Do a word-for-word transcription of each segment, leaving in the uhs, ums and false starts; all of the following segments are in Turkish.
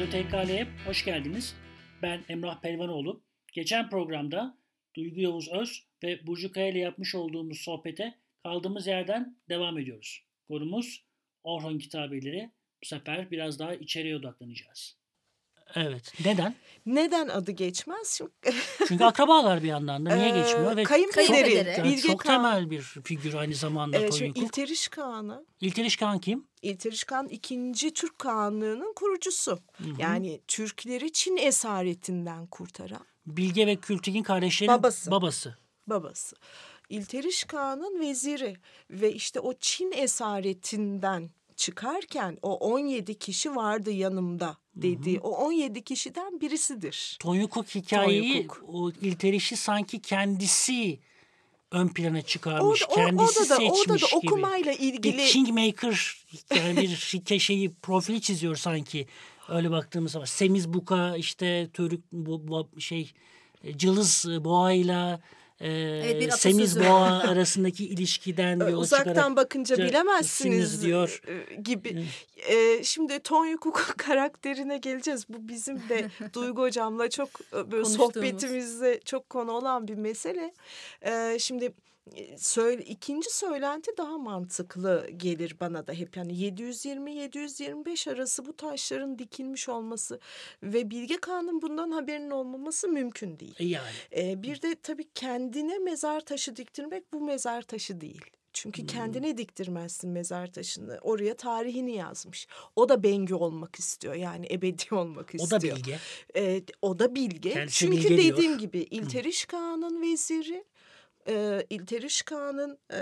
Radyo T K L'ye hoş geldiniz. Ben Emrah Pelvanoğlu. Geçen programda Duygu Yavuz Öz ve Burcu Kaya ile yapmış olduğumuz sohbete kaldığımız yerden devam ediyoruz. Konumuz Orhun kitabeleri. Bu sefer biraz daha içeriye odaklanacağız. Evet. Neden? Neden adı geçmez? Şimdi... Çünkü akrabalar bir yandan da. Niye geçmiyor? Ve Kayınpederi. Çok, yani çok temel bir figür aynı zamanda Ee, Tonyukuk. İlteriş Kağan'ı. İlteriş Kağan kim? İlteriş Kağan ikinci Türk Kağanlığı'nın kurucusu. Hı-hı. Yani Türkleri Çin esaretinden kurtaran. Bilge ve Kültigin kardeşlerin babası. babası. Babası. İlteriş Kağan'ın veziri ve işte o Çin esaretinden çıkarken o on yedi kişi vardı yanımda dediği, hı hı, o on yedi kişiden birisidir. Tonyukuk hikayeyi, Tonyukuk. O İlteriş'i sanki kendisi ön plana çıkarmış, o, o, kendisi orada da, seçmiş orada da gibi. okumayla ilgili. Bir kingmaker yani bir şeyi profili çiziyor sanki. Öyle baktığımız zaman Semiz Buka işte Törük bu, bu şey Cılız Boğa'yla e, evet, Semiz Boğa arasındaki ilişkiden yola uzaktan çıkarak bakınca bilemezsiniz diyor gibi. Ee, şimdi Tonyukuk karakterine geleceğiz. Bu bizim de Duygu hocamla çok böyle sohbetimizde çok konu olan bir mesele. Ee, şimdi Söyle, ikinci söylenti daha mantıklı gelir bana da hep. Yani yedi yüz yirmi yedi yüz yirmi beş arası bu taşların dikilmiş olması ve Bilge Kağan'ın bundan haberinin olmaması mümkün değil. Yani. Ee, bir de tabii kendine mezar taşı diktirmek bu mezar taşı değil. Çünkü hmm. kendine diktirmezsin mezar taşını. Oraya tarihini yazmış. O da Bengü olmak istiyor. Yani ebedi olmak istiyor. O da Bilge. Ee, o da Bilge. Kendisi Çünkü Bilge dediğim diyor. gibi İlteriş Kağan'ın veziri. E, İlteriş Kağan'ın e,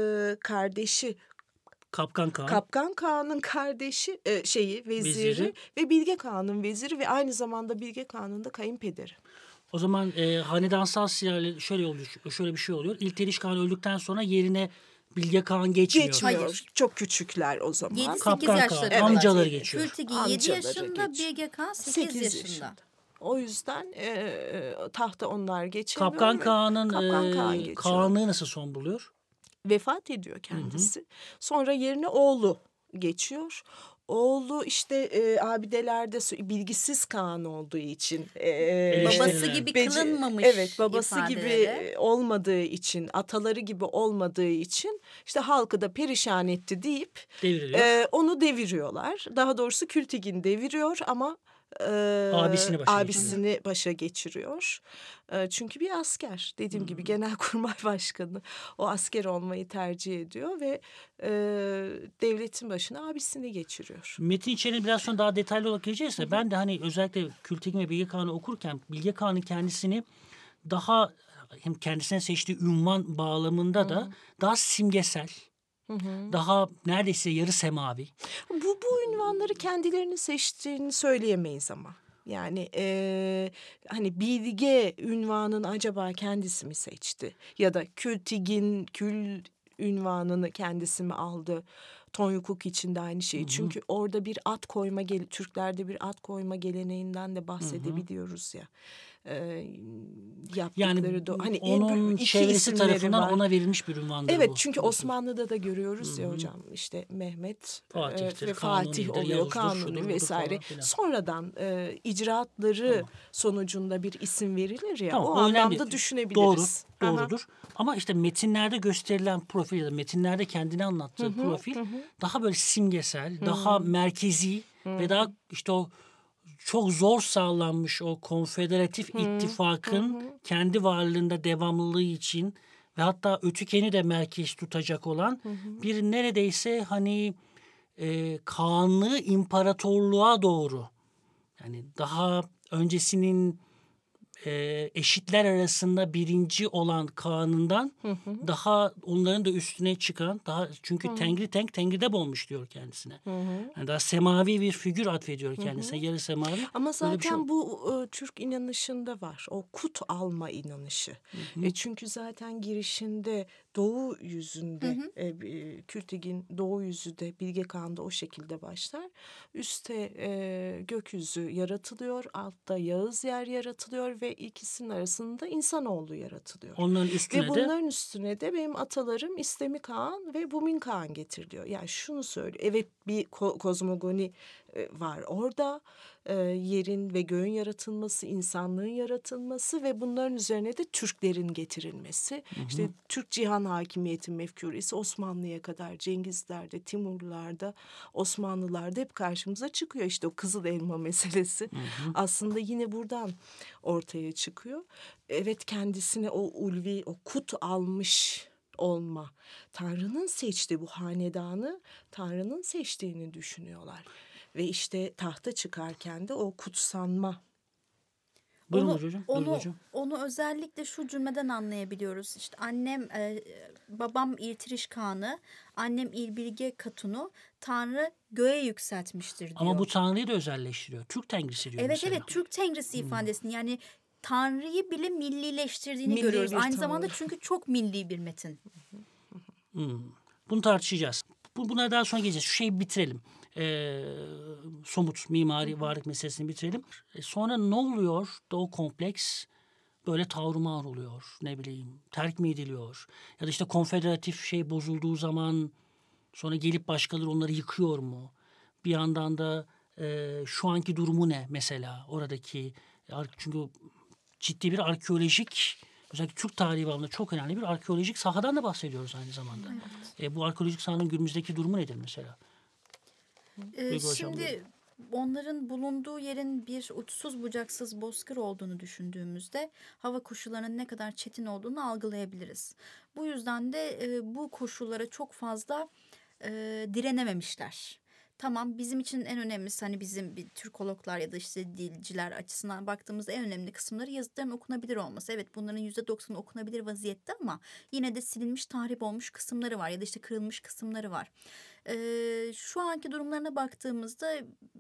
kardeşi Kapkan Kağan. Kapkan Kağan'ın kardeşi e, şeyi veziri, veziri ve Bilge Kağan'ın veziri ve aynı zamanda Bilge Kağan'ın da kayınpederi. O zaman e, hanedansal siyerle şöyle oluyor, şöyle bir şey oluyor. İlteriş Kağan öldükten sonra yerine Bilge Kağan geçmiyor. Geçmiyor. Hayır. Çok küçükler o zaman. yedi sekiz yaşları. Evet. Amcaları geçiyor. Kültigin yedi yaşında, Bilge Kağan sekiz yaşında. yaşında. O yüzden e, tahta onlar geçemiyor. Kapkan Kağan'ın e, Kağanlığı nasıl son buluyor? Vefat ediyor kendisi. Hı hı. Sonra yerine oğlu geçiyor. Oğlu işte e, abidelerde bilgisiz Kağan olduğu için. E, babası gibi bece- kılınmamış Evet babası ifadeleri. gibi olmadığı için, ataları gibi olmadığı için işte halkı da perişan etti deyip e, onu deviriyorlar. Daha doğrusu Kültigin deviriyor ama Ee, abisini, başa, abisini geçiriyor. başa geçiriyor. Ee, çünkü bir asker. Dediğim hmm. gibi Genelkurmay Başkanı o asker olmayı tercih ediyor ve e, devletin başına abisini geçiriyor. Metin içeriğini biraz sonra daha detaylı olarak gireceğiz de ben de hani özellikle Kültigin ve Bilge Kağan'ı okurken Bilge Kağan'ın kendisini daha hem kendisine seçtiği ünvan bağlamında da hmm. daha simgesel. Hı hı. Daha neredeyse yarı semavi. Bu bu ünvanları kendilerini seçtiğini söyleyemeyiz ama. Yani e, hani Bilge ünvanını acaba kendisi mi seçti? Ya da Kültigin Kül ünvanını kendisi mi aldı? Tonyukuk için de aynı şey. Hı hı. Çünkü orada bir at koyma, Türklerde bir at koyma geleneğinden de bahsedebiliyoruz ya. E, yaptıkları yani da hani onun çevresi tarafından var. Ona verilmiş bir ünvandır evet, bu. çünkü Osmanlı'da da görüyoruz ya hocam işte Mehmet Fatih'tir, e, ve Fatih oluyor Yavuz'dur, Kanuni şudur, vesaire. Sonradan e, icraatları tamam. sonucunda bir isim verilir ya tamam, o, o anlamda önemli. Düşünebiliriz. Doğru, doğrudur. Aha. Ama işte metinlerde gösterilen profil ya da metinlerde kendini anlattığı hı-hı, profil hı-hı. daha böyle simgesel, hı-hı. daha merkezi hı-hı. ve daha işte o çok zor sağlanmış o konfederatif hı, ittifakın hı hı. kendi varlığında devamlılığı için ve hatta Ötüken'i de merkez tutacak olan hı hı. bir neredeyse hani e, Kağanlığı imparatorluğa doğru yani daha öncesinin e, eşitler arasında birinci olan Kağan'ından hı hı. daha onların da üstüne çıkan daha çünkü hı. Tengri Tenk Tengri'de bolmuş diyor kendisine. Hı hı. Yani daha semavi bir figür atfediyor kendisine. Hı hı. Yarı semavi. Ama zaten şey bu e, Türk inanışında var. O kut alma inanışı. Hı hı. E, çünkü zaten girişinde doğu yüzünde hı hı. E, Kültigin doğu yüzü de Bilge Kağan'da o şekilde başlar. Üste e, gökyüzü yaratılıyor. Altta Yağız yer yaratılıyor ve ikisinin arasında insanoğlu yaratılıyor. Onların üstüne ve de... bunların üstüne de benim atalarım İstemi Kağan ve Bumin Kağan getiriliyor. Yani şunu söylüyor. Evet bir ko- kozmogoni e, var orada. E, yerin ve göğün yaratılması, insanlığın yaratılması ve bunların üzerine de Türklerin getirilmesi. Hı hı. İşte Türk cihan hakimiyeti mefkuresi Osmanlı'ya kadar, Cengizler'de, Timurlar'da, Osmanlılar'da hep karşımıza çıkıyor. İşte o Kızıl Elma meselesi hı hı. aslında yine buradan ortaya çıkıyor. Evet, kendisine o ulvi, o kut almış olma, Tanrı'nın seçtiği bu hanedanı Tanrı'nın seçtiğini düşünüyorlar. Ve işte tahta çıkarken de o kutsanma. Buyurun onu, hocam. Onu, Buyurun hocam. onu özellikle şu cümleden anlayabiliyoruz. İşte annem, e, babam İrtiriş Kağan'ı, annem İlbilge Katun'u Tanrı göğe yükseltmiştir diyor. Ama bu Tanrı'yı da özelleştiriyor. Türk Tengrisi diyor evet, mesela. Evet, Türk Tengrisi hmm. ifadesini, yani Tanrı'yı bile millileştirdiğini milli görüyoruz. Aynı Tanrı. zamanda çünkü çok milli bir metin. Hmm. Bunu tartışacağız. Bu, buna daha sonra geleceğiz. Şu şeyi bitirelim. Ee, somut mimari varlık meselesini bitirelim. E sonra ne oluyor da o kompleks böyle tavrımar oluyor, ne bileyim, terk mi ediliyor? Ya da işte konfederatif şey bozulduğu zaman sonra gelip başkaları onları yıkıyor mu? Bir yandan da e, şu anki durumu ne mesela oradaki? Çünkü ciddi bir arkeolojik, özellikle Türk tarihi bağlamında çok önemli bir arkeolojik sahadan da bahsediyoruz aynı zamanda. Evet. E, bu arkeolojik sahanın günümüzdeki durumu nedir mesela? Ee, şimdi onların bulunduğu yerin bir uçsuz bucaksız bozkır olduğunu düşündüğümüzde hava koşullarının ne kadar çetin olduğunu algılayabiliriz. Bu yüzden de e, bu koşullara çok fazla e, direnememişler. Tamam, bizim için en önemlisi, hani bizim bir Türkologlar ya da işte dilciler açısından baktığımızda en önemli kısımları yazıtların okunabilir olması. Evet, bunların yüzde doksanı okunabilir vaziyette ama yine de silinmiş, tahrip olmuş kısımları var ya da işte kırılmış kısımları var. Ee, şu anki durumlarına baktığımızda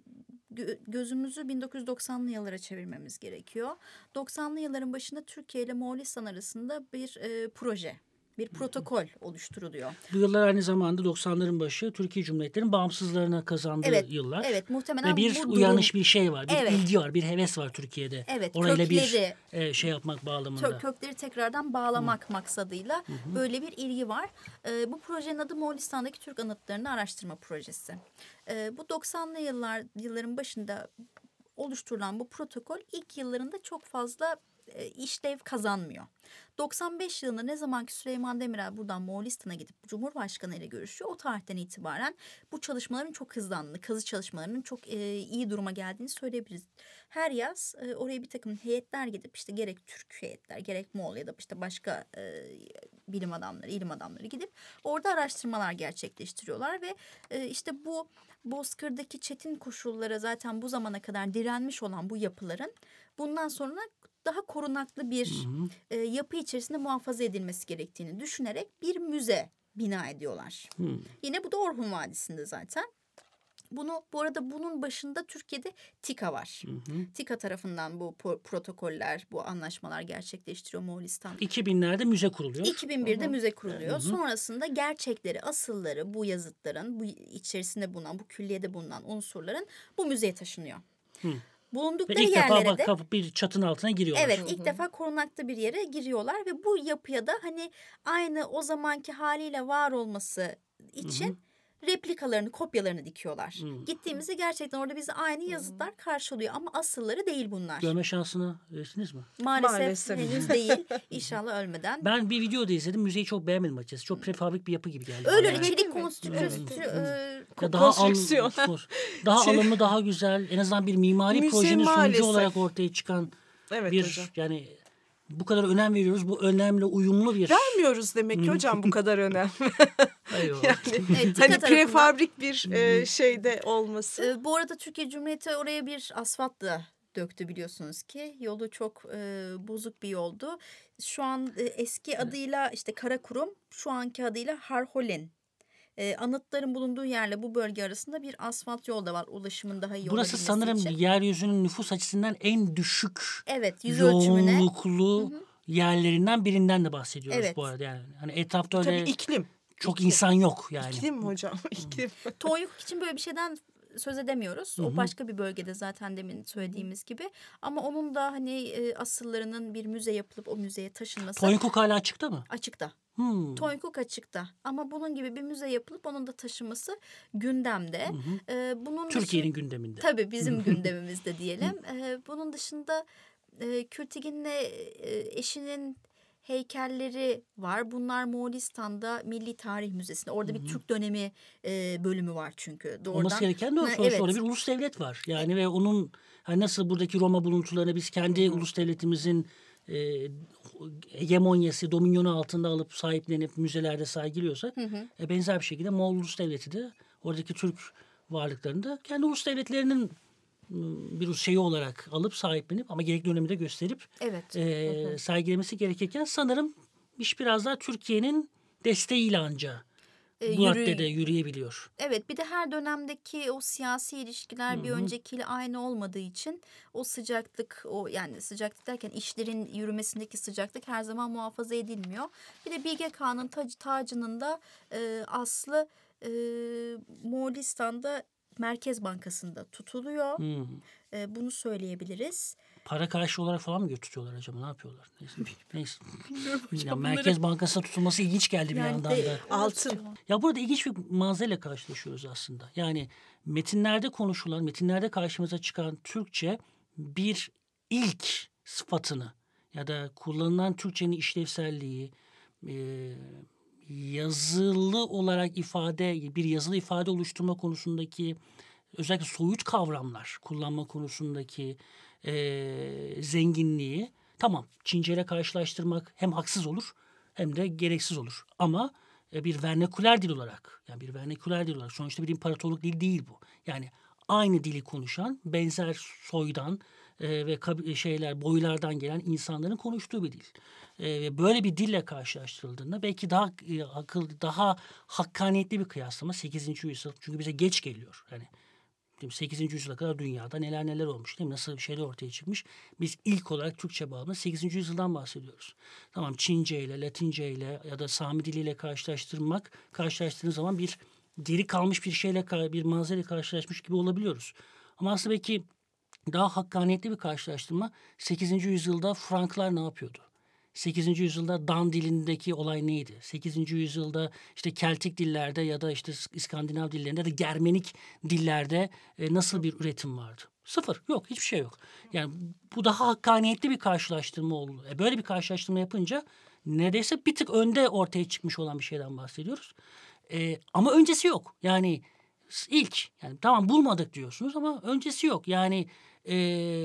gö- gözümüzü bin dokuz yüz doksanlı yıllara çevirmemiz gerekiyor. doksanlı yılların başında Türkiye ile Moğolistan arasında bir e, proje, bir protokol oluşturuluyor. Bu yıllar aynı zamanda doksanların başı Türkiye Cumhuriyeti'nin bağımsızlarına kazandığı evet, yıllar. Evet, muhtemelen ve bir bu uyanış, durum, bir şey var, bir evet. ilgi var, bir heves var Türkiye'de. Evet, orayla kökleri, bir e, şey yapmak bağlamında. Kökleri tekrardan bağlamak Hı. maksadıyla Hı-hı. böyle bir ilgi var. Ee, bu projenin adı Moğolistan'daki Türk anıtlarını araştırma projesi. Ee, bu doksanlı yıllar yılların başında oluşturulan bu protokol ilk yıllarında çok fazla e, işlev kazanmıyor. doksan beş yılında ne zaman ki Süleyman Demirel buradan Moğolistan'a gidip Cumhurbaşkanı ile görüşüyor, o tarihten itibaren bu çalışmaların çok hızlandığını, kazı çalışmalarının çok e, iyi duruma geldiğini söyleyebiliriz. Her yaz e, oraya bir takım heyetler gidip işte gerek Türk heyetler, gerek Moğol ya da işte başka e, bilim adamları, ilim adamları gidip orada araştırmalar gerçekleştiriyorlar ve e, işte bu Bozkır'daki çetin koşullara zaten bu zamana kadar direnmiş olan bu yapıların bundan sonra daha korunaklı bir hı hı. E, yapı içerisinde muhafaza edilmesi gerektiğini düşünerek bir müze bina ediyorlar. Hı. Yine bu da Orhun Vadisi'nde zaten. Bunu, bu arada bunun başında Türkiye'de TİKA var. Hı hı. TİKA tarafından bu protokoller, bu anlaşmalar gerçekleştiriyor Moğolistan. iki binlerde müze kuruluyor. iki bin birde hı hı. müze kuruluyor. Hı hı. Sonrasında gerçekleri, asılları bu yazıtların, bu içerisinde bulunan, bu külliyede bulunan unsurların bu müzeye taşınıyor. Hı. Bulundukları ve ilk yerlere defa de bak, bir çatının altına giriyorlar. Evet, ilk Hı-hı. defa korunaklı bir yere giriyorlar ve bu yapıya da hani aynı o zamanki haliyle var olması için Hı-hı. replikalarını, kopyalarını dikiyorlar. Hı-hı. Gittiğimizde gerçekten orada bizi aynı yazıtlar Hı-hı. karşılıyor ama asılları değil bunlar. Görme şansını verirsiniz mi? Maalesef, Maalesef. henüz değil. İnşallah ölmeden. Ben bir videoda izledim. Müzeyi çok beğenmedim açıkçası. Çok prefabrik bir yapı gibi geldi. Öyle öyle çelik konstrüksiyon. Daha konstrüksiyon. Al, daha alımlı, daha güzel. En azından bir mimari Müze projenin maalesef. sonucu olarak ortaya çıkan evet, bir hocam. yani bu kadar önem veriyoruz. Bu önemli, uyumlu bir... Vermiyoruz demek ki hocam bu kadar önem. yani evet, hani prefabrik bir e, şeyde olması. E, bu arada Türkiye Cumhuriyeti oraya bir asfalt da döktü biliyorsunuz ki. Yolu çok e, bozuk bir yoldu. Şu an e, eski adıyla işte Karakurum, şu anki adıyla Harholen. E, anıtların bulunduğu yerle bu bölge arasında bir asfalt yol da var. Ulaşımın daha iyi Burası sanırım için. yeryüzünün nüfus açısından en düşük evet, yüz yoğunluklu Hı-hı. yerlerinden birinden de bahsediyoruz evet. bu arada. Yani hani etrafta öyle Tabii iklim. çok iklim. insan yok yani. İklim hocam, iklim. Tonyuk için böyle bir şeyden söz edemiyoruz. Hı hı. O başka bir bölgede zaten demin söylediğimiz gibi. Ama onun da hani e, asıllarının bir müze yapılıp o müzeye taşınması Toynkuk hala açıkta mı? açıkta. Hmm. Toynkuk açıkta. Ama bunun gibi bir müze yapılıp onun da taşınması gündemde. Hı hı. E, bunun Türkiye'nin dışı- gündeminde. Tabii bizim gündemimizde diyelim. E, bunun dışında e, Kültigin'le e, eşinin heykelleri var. Bunlar Moğolistan'da Milli Tarih Müzesi'nde. Orada bir Türk dönemi e, bölümü var çünkü. Doğrudan. Olması gereken de o. Ha, Sonuçta evet. orada bir ulus devlet var. Yani ve onun hani nasıl buradaki Roma buluntularını biz kendi ulus devletimizin e, hegemonyası, dominyonu altında alıp sahiplenip müzelerde sergiliyorsa e, benzer bir şekilde Moğol ulus devleti de oradaki Türk varlıklarını da kendi ulus devletlerinin m, bir şeyi olarak alıp sahiplenip ama gerekli önemi de gösterip Evet. e, sergilemesi gerekirken sanırım iş biraz daha Türkiye'nin desteğiyle anca E, bu yürü- raddede yürüyebiliyor. Evet, bir de her dönemdeki o siyasi ilişkiler bir öncekiyle aynı olmadığı için o sıcaklık, o yani sıcaklık derken işlerin yürümesindeki sıcaklık her zaman muhafaza edilmiyor. Bir de Bilge Kağan'ın tacı, tacının da e, aslı e, Moğolistan'da Merkez Bankası'nda tutuluyor. Hmm. E, bunu söyleyebiliriz. Para karşı olarak falan mı götürüyorlar acaba? Ne yapıyorlar? Neyse. Neyse. hocam, Ya bunları- Merkez Bankası'na tutulması ilginç geldi bir Yani yandan de- da. Altın. Ya burada ilginç bir manzarayla karşılaşıyoruz aslında. Yani metinlerde konuşulan, metinlerde karşımıza çıkan Türkçe bir ilk sıfatını ya da kullanılan Türkçenin işlevselliği, e, yazılı olarak ifade, bir yazılı ifade oluşturma konusundaki özellikle soyut kavramlar kullanma konusundaki e, zenginliği tamam Çince ile karşılaştırmak hem haksız olur hem de gereksiz olur. Ama e, bir vernaküler dil olarak yani bir vernaküler dil olarak sonuçta bir imparatorluk dili değil bu. Yani aynı dili konuşan benzer soydan e, ve kab- şeyler boylardan gelen insanların konuştuğu bir dil. E, ve böyle bir dille karşılaştırıldığında belki daha e, akıl daha hakkaniyetli bir kıyaslama sekizinci yüzyıl çünkü bize geç geliyor. Yani sekizinci yüzyıla kadar dünyada neler neler olmuş değil mi? Nasıl bir şeyler ortaya çıkmış. Biz ilk olarak Türkçe bağlamında sekizinci yüzyıldan bahsediyoruz. Tamam Çince ile, Latince ile ya da Sami diliyle karşılaştırmak, karşılaştırdığınız zaman bir geri kalmış bir şeyle, bir manzarayla karşılaşmış gibi olabiliyoruz. Ama aslında belki daha hakkaniyetli bir karşılaştırma sekizinci yüzyılda Franklar ne yapıyordu? sekizinci yüzyılda Dan dilindeki olay neydi? sekizinci yüzyılda işte Keltik dillerde ya da işte İskandinav dillerinde ya da Germenik dillerde e, nasıl bir üretim vardı? Sıfır. Yok. Hiçbir şey yok. Yani bu daha hakkaniyetli bir karşılaştırma oldu. E, böyle bir karşılaştırma yapınca neredeyse bir tık önde ortaya çıkmış olan bir şeyden bahsediyoruz. E, ama öncesi yok. Yani ilk. Yani tamam bulmadık diyorsunuz ama öncesi yok. Yani e,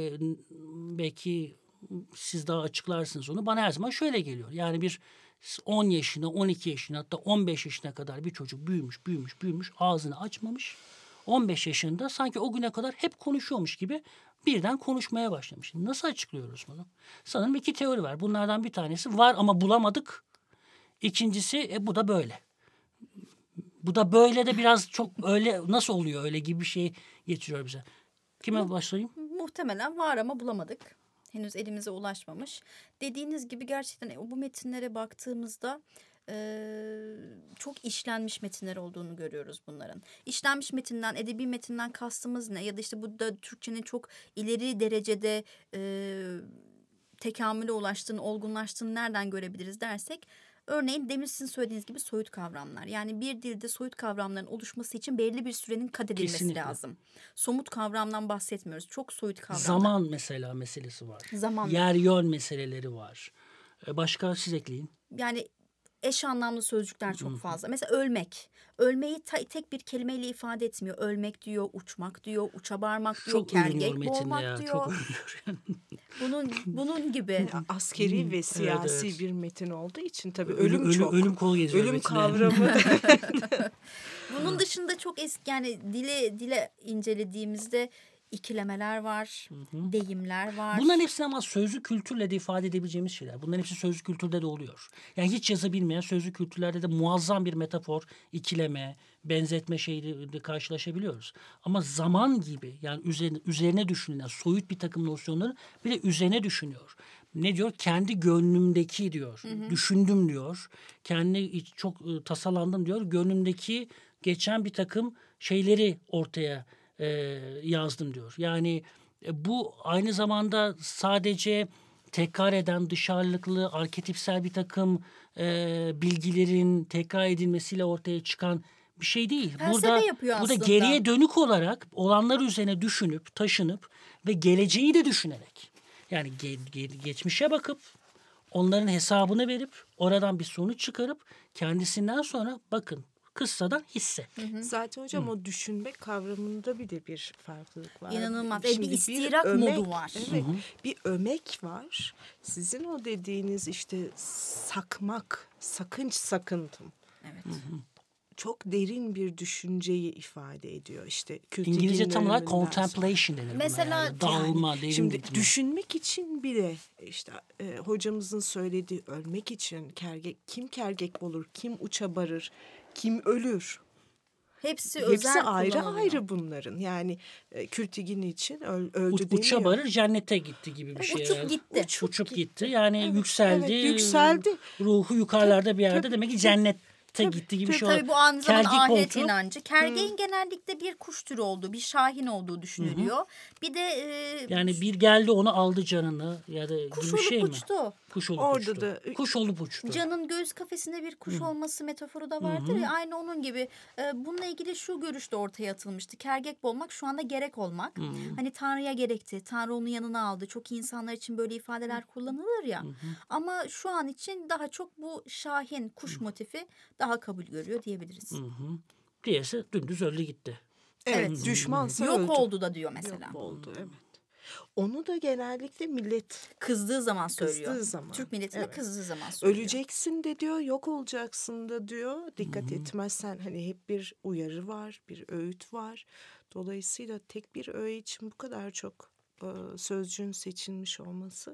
belki siz daha açıklarsınız onu. Bana her zaman şöyle geliyor. Yani bir on yaşına, on iki yaşına hatta on beş yaşına kadar bir çocuk büyümüş, büyümüş, büyümüş, ağzını açmamış. on beş yaşında sanki o güne kadar hep konuşuyormuş gibi birden konuşmaya başlamış. Nasıl açıklıyoruz bunu? Sanırım iki teori var. Bunlardan bir tanesi var ama bulamadık. İkincisi e, bu da böyle. Bu da böyle de biraz çok öyle nasıl oluyor öyle gibi bir şey getiriyor bize. Kime başlayayım? Muhtemelen var ama bulamadık. Henüz elimize ulaşmamış. Dediğiniz gibi gerçekten bu metinlere baktığımızda e, çok işlenmiş metinler olduğunu görüyoruz bunların. İşlenmiş metinden, edebi metinden kastımız ne? Ya da işte bu da Türkçenin çok ileri derecede e, tekamüle ulaştığını, olgunlaştığını nereden görebiliriz dersek... Örneğin demin sizin söylediğiniz gibi soyut kavramlar. Yani bir dilde soyut kavramların oluşması için belli bir sürenin kat edilmesi Kesinlikle. lazım. Somut kavramdan bahsetmiyoruz. Çok soyut kavramlar. Zaman mesela meselesi var. Zaman. Yer yön meseleleri var. Başka siz ekleyin. Yani eş anlamlı sözcükler çok fazla. Mesela ölmek. Ölmeyi ta- tek bir kelimeyle ifade etmiyor. Ölmek diyor, uçmak diyor, uça barmak diyor, Çok ölünüyor kergek metinde boğmak ya. diyor. Çok ölünüyor. Bunun bunun gibi. Askeri ve siyasi evet, evet. bir metin olduğu için tabii Ölüm, ölüm, ölüm, çok. ölüm kol geziyor Ölüm metinde. kavramı. Bunun dışında çok eski yani dile dile incelediğimizde ikilemeler var, deyimler var. Bunların hepsini ama sözlü kültürle de ifade edebileceğimiz şeyler. Bunların hepsi sözlü kültürde de oluyor. Yani hiç yazabilmeyen sözlü kültürlerde de muazzam bir metafor, ikileme, benzetme şeyiyle de karşılaşabiliyoruz. Ama zaman gibi yani üzerine, üzerine düşünülen soyut bir takım nosyonları bir de üzerine düşünüyor. Ne diyor? Kendi gönlümdeki diyor. Hı hı. Düşündüm diyor. Kendi çok e, tasalandım diyor. Gönlümdeki geçen bir takım şeyleri ortaya e, yazdım diyor. Yani e, bu aynı zamanda sadece tekrar eden dışarılıklı, arketipsel bir takım e, bilgilerin tekrar edilmesiyle ortaya çıkan bir şey değil. Felsefe Burada yapıyor burada aslında. geriye dönük olarak olanlar üzerine düşünüp, taşınıp ve geleceği de düşünerek, yani ge- ge- geçmişe bakıp onların hesabını verip oradan bir sonuç çıkarıp kendisinden sonra bakın kıssadan hisse. Zaten hocam o düşünme kavramında bir de bir farklılık var. İnanılmaz. E, bir Şimdi istirak modu var. Evet, bir ömek var. Sizin o dediğiniz işte sakmak, sakınç sakıntım. Evet. Çok derin bir düşünceyi ifade ediyor işte. İngilizce tam olarak ölümünden sonra. contemplation denir buna. Mesela yani. Dağılma, Yani derin şimdi gitme. düşünmek için bile işte e, hocamızın söylediği ölmek için kergek kim kergek olur, kim uça barır, kim ölür. Hepsi, Hepsi özel ayrı kullanılıyor. ayrı bunların. Yani e, Kültigin için öl, öldü Uç, deniyor. uça barır cennete gitti gibi bir şey. Uçup herhalde. gitti. Uçup Uçup gitti. gitti. Yani Evet, yükseldi. evet, yükseldi. Ruhu yukarılarda bir yerde. tabii, Demek ki tabii, cennette tabii, gitti gibi tabii. bir şey oldu. Tabii bu aynı zamanda Kergik ahiret koltuğu. inancı. Kergeğin genellikle bir kuş türü olduğu, bir şahin olduğu düşünülüyor. Bir de e, Yani bir geldi onu aldı canını ya da kuş gibi bir olup şey mi? uçtu. Kuş olup Orada uçtu. da- Kuş olup uçtu. Canın göğüs kafesinde bir kuş olması metaforu da vardır ya, aynı onun gibi. Ee, bununla ilgili şu görüş de ortaya atılmıştı. Kergek olmak şu anda gerek olmak. Hani Tanrı'ya gerekti. Tanrı onu yanına aldı. Çok iyi insanlar için böyle ifadeler kullanılır ya. Ama şu an için daha çok bu şahin kuş motifi daha kabul görüyor diyebiliriz. Diyese dümdüz öldü gitti. Evet, Evet. düşmansa Yok öldü. oldu da diyor mesela. Yok oldu, evet. Onu da genellikle millet Kızdığı zaman söylüyor. Kızdığı zaman, Türk milletine evet. kızdığı zaman söylüyor. öleceksin de diyor, yok olacaksın da diyor. Dikkat etmezsen hani hep bir uyarı var, bir öğüt var. Dolayısıyla tek bir öğe için bu kadar çok e, sözcüğün seçilmiş olması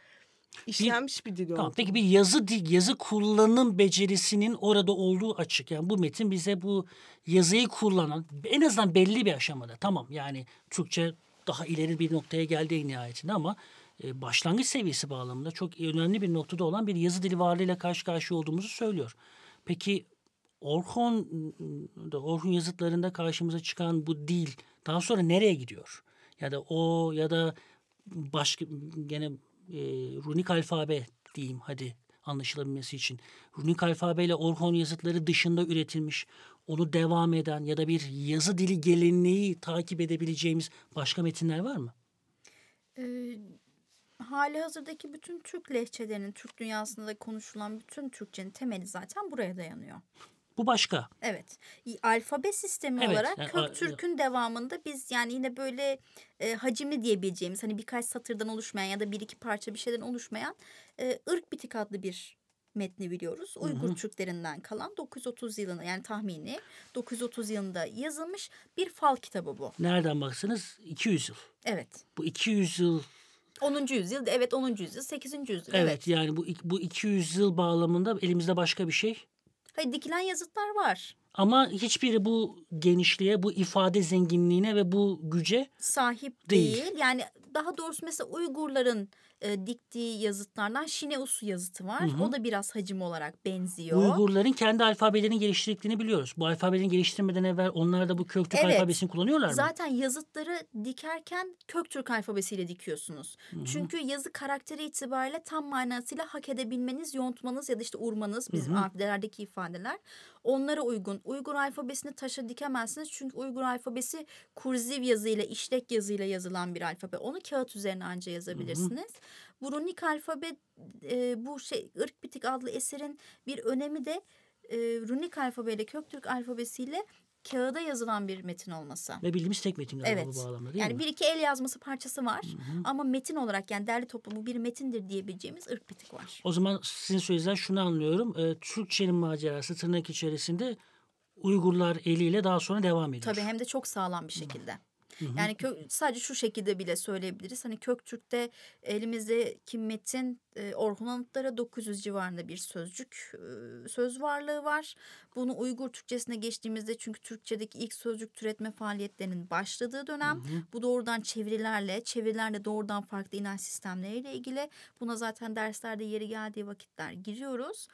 işlenmiş bir, dil oldu. Tamam, peki bir yazı dil, yazı kullanım becerisinin orada olduğu açık. Yani bu metin bize bu yazıyı kullanan en azından belli bir aşamada, tamam yani Türkçe daha ileri bir noktaya geldi en nihayetinde ama e, başlangıç seviyesi bağlamında çok önemli bir noktada olan bir yazı dili varlığıyla karşı karşıya olduğumuzu söylüyor. Peki Orhun da Orhun yazıtlarında karşımıza çıkan bu dil daha sonra nereye gidiyor? Ya da o ya da başka gene e, runik alfabe diyeyim hadi anlaşılabilmesi için. Runik alfabeyle Orhun yazıtları dışında üretilmiş, onu devam eden ya da bir yazı dili geleneği takip edebileceğimiz başka metinler var mı? Ee, hali hazırdaki bütün Türk lehçelerinin, Türk dünyasında da konuşulan bütün Türkçenin temeli zaten buraya dayanıyor. Bu başka. Evet. İ- Alfabe sistemi Evet, olarak yani a- Köktürk'ün devamında biz yani yine böyle e, hacimli diyebileceğimiz hani birkaç satırdan oluşmayan ya da bir iki parça bir şeyden oluşmayan e, Irk Bitik adlı bir metni biliyoruz. Uygur Türklerinden kalan dokuz yüz otuz yılında yani tahmini dokuz yüz otuz yılında yazılmış bir fal kitabı bu. Nereden baksanız iki yüz yıl. Evet. Bu iki yüz yıl onuncu yüzyıl, evet onuncu yüzyıl, sekizinci yüzyıl. evet, Evet. yani bu bu iki yüz yıl bağlamında elimizde başka bir şey. Hayır, dikilen yazıtlar var. Ama hiçbiri bu genişliğe, bu ifade zenginliğine ve bu güce Sahip Değil. değil. Yani daha doğrusu mesela Uygurların e, diktiği yazıtlardan Şineus yazıtı var. O da biraz hacim olarak benziyor. Uygurların kendi alfabelerini geliştirdiklerini biliyoruz. Bu alfabelerini geliştirmeden evvel onlar da bu Köktürk Evet. alfabesini kullanıyorlar mı? Zaten yazıtları dikerken Köktürk alfabesiyle dikiyorsunuz. Çünkü yazı karakteri itibariyle tam manasıyla hak edebilmeniz, yontmanız ya da işte urmanız bizim harflerdeki ifadeler onlara uygun. Uygur alfabesini taşa dikemezsiniz. Çünkü Uygur alfabesi kursiv yazıyla, işlek yazıyla yazılan bir alfabe. Onu kağıt üzerine anca yazabilirsiniz. Bu runik alfabe e, bu şey Irk Bitik adlı eserin bir önemi de e, runik alfabeyle Köktürk alfabesiyle kağıda yazılan bir metin olması. Ve bildiğimiz tek metin galiba Evet. bu bağlamda değil yani mi? bir iki el yazması parçası var. Ama metin olarak yani derli toplu bu bir metindir diyebileceğimiz Irk Bitik var. O zaman sizin söylediğinizden şunu anlıyorum. E, Türkçenin macerası tırnak içerisinde Uygurlar eliyle daha sonra devam ediyor. Tabii hem de çok sağlam bir şekilde. Yani kö, sadece şu şekilde bile söyleyebiliriz. Hani Köktürk'te elimizdeki metin e, Orhun Anıtları dokuz yüz civarında bir sözcük e, söz varlığı var. Bunu Uygur Türkçesine geçtiğimizde çünkü Türkçedeki ilk sözcük türetme faaliyetlerinin başladığı dönem. Bu doğrudan çevirilerle, çevirilerle doğrudan farklı inanç sistemleriyle ilgili. Buna zaten derslerde yeri geldiği vakitler giriyoruz.